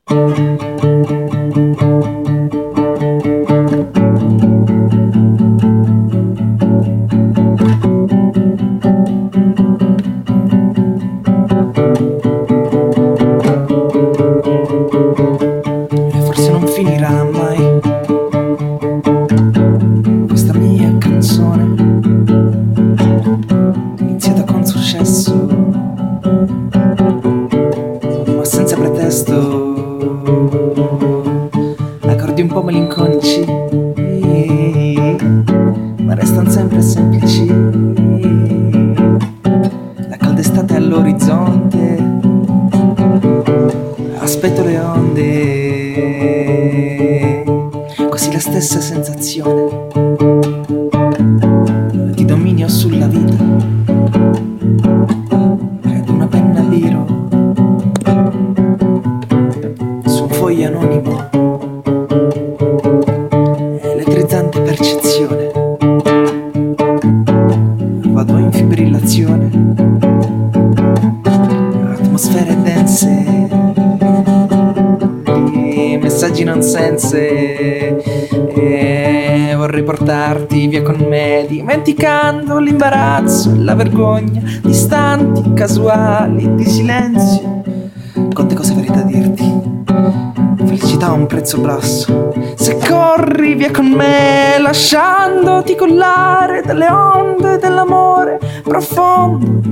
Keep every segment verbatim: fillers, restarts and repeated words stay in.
Forse non finirà mai questa mia canzone, iniziata con successo, ma senza pretesto, accordi un po' malinconici, ma restano sempre semplici. La calda estate all'orizzonte, aspetto le onde, quasi la stessa sensazione di dominio sulla vita, prendo una penna biro su un foglio anonimo, elettrizzante percezione, vado in fibrillazione, atmosfere dense, messaggi non sense, e vorrei portarti via con me, dimenticando l'imbarazzo e la vergogna, distanti, casuali, di silenzio, quante cose avrei da dirti, felicità a un prezzo basso, se corri via con me, lasciandoti collare dalle onde dell'amore profondo.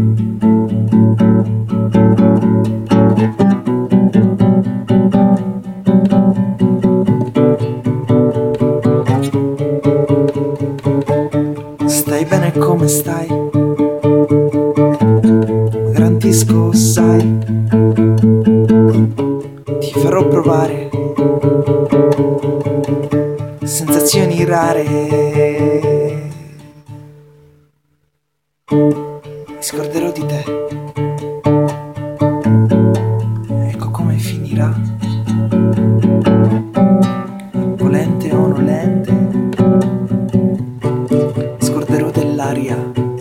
Stai bene come stai? Garantisco, sai, ti farò provare sensazioni rare. Mi scorderò di te. Ecco come finirà, volente o nolente. Dell'aria,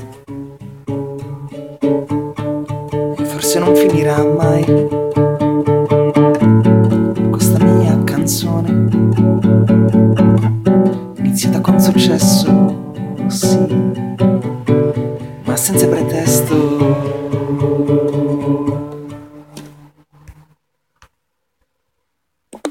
e forse non finirà mai questa mia canzone, iniziata con successo,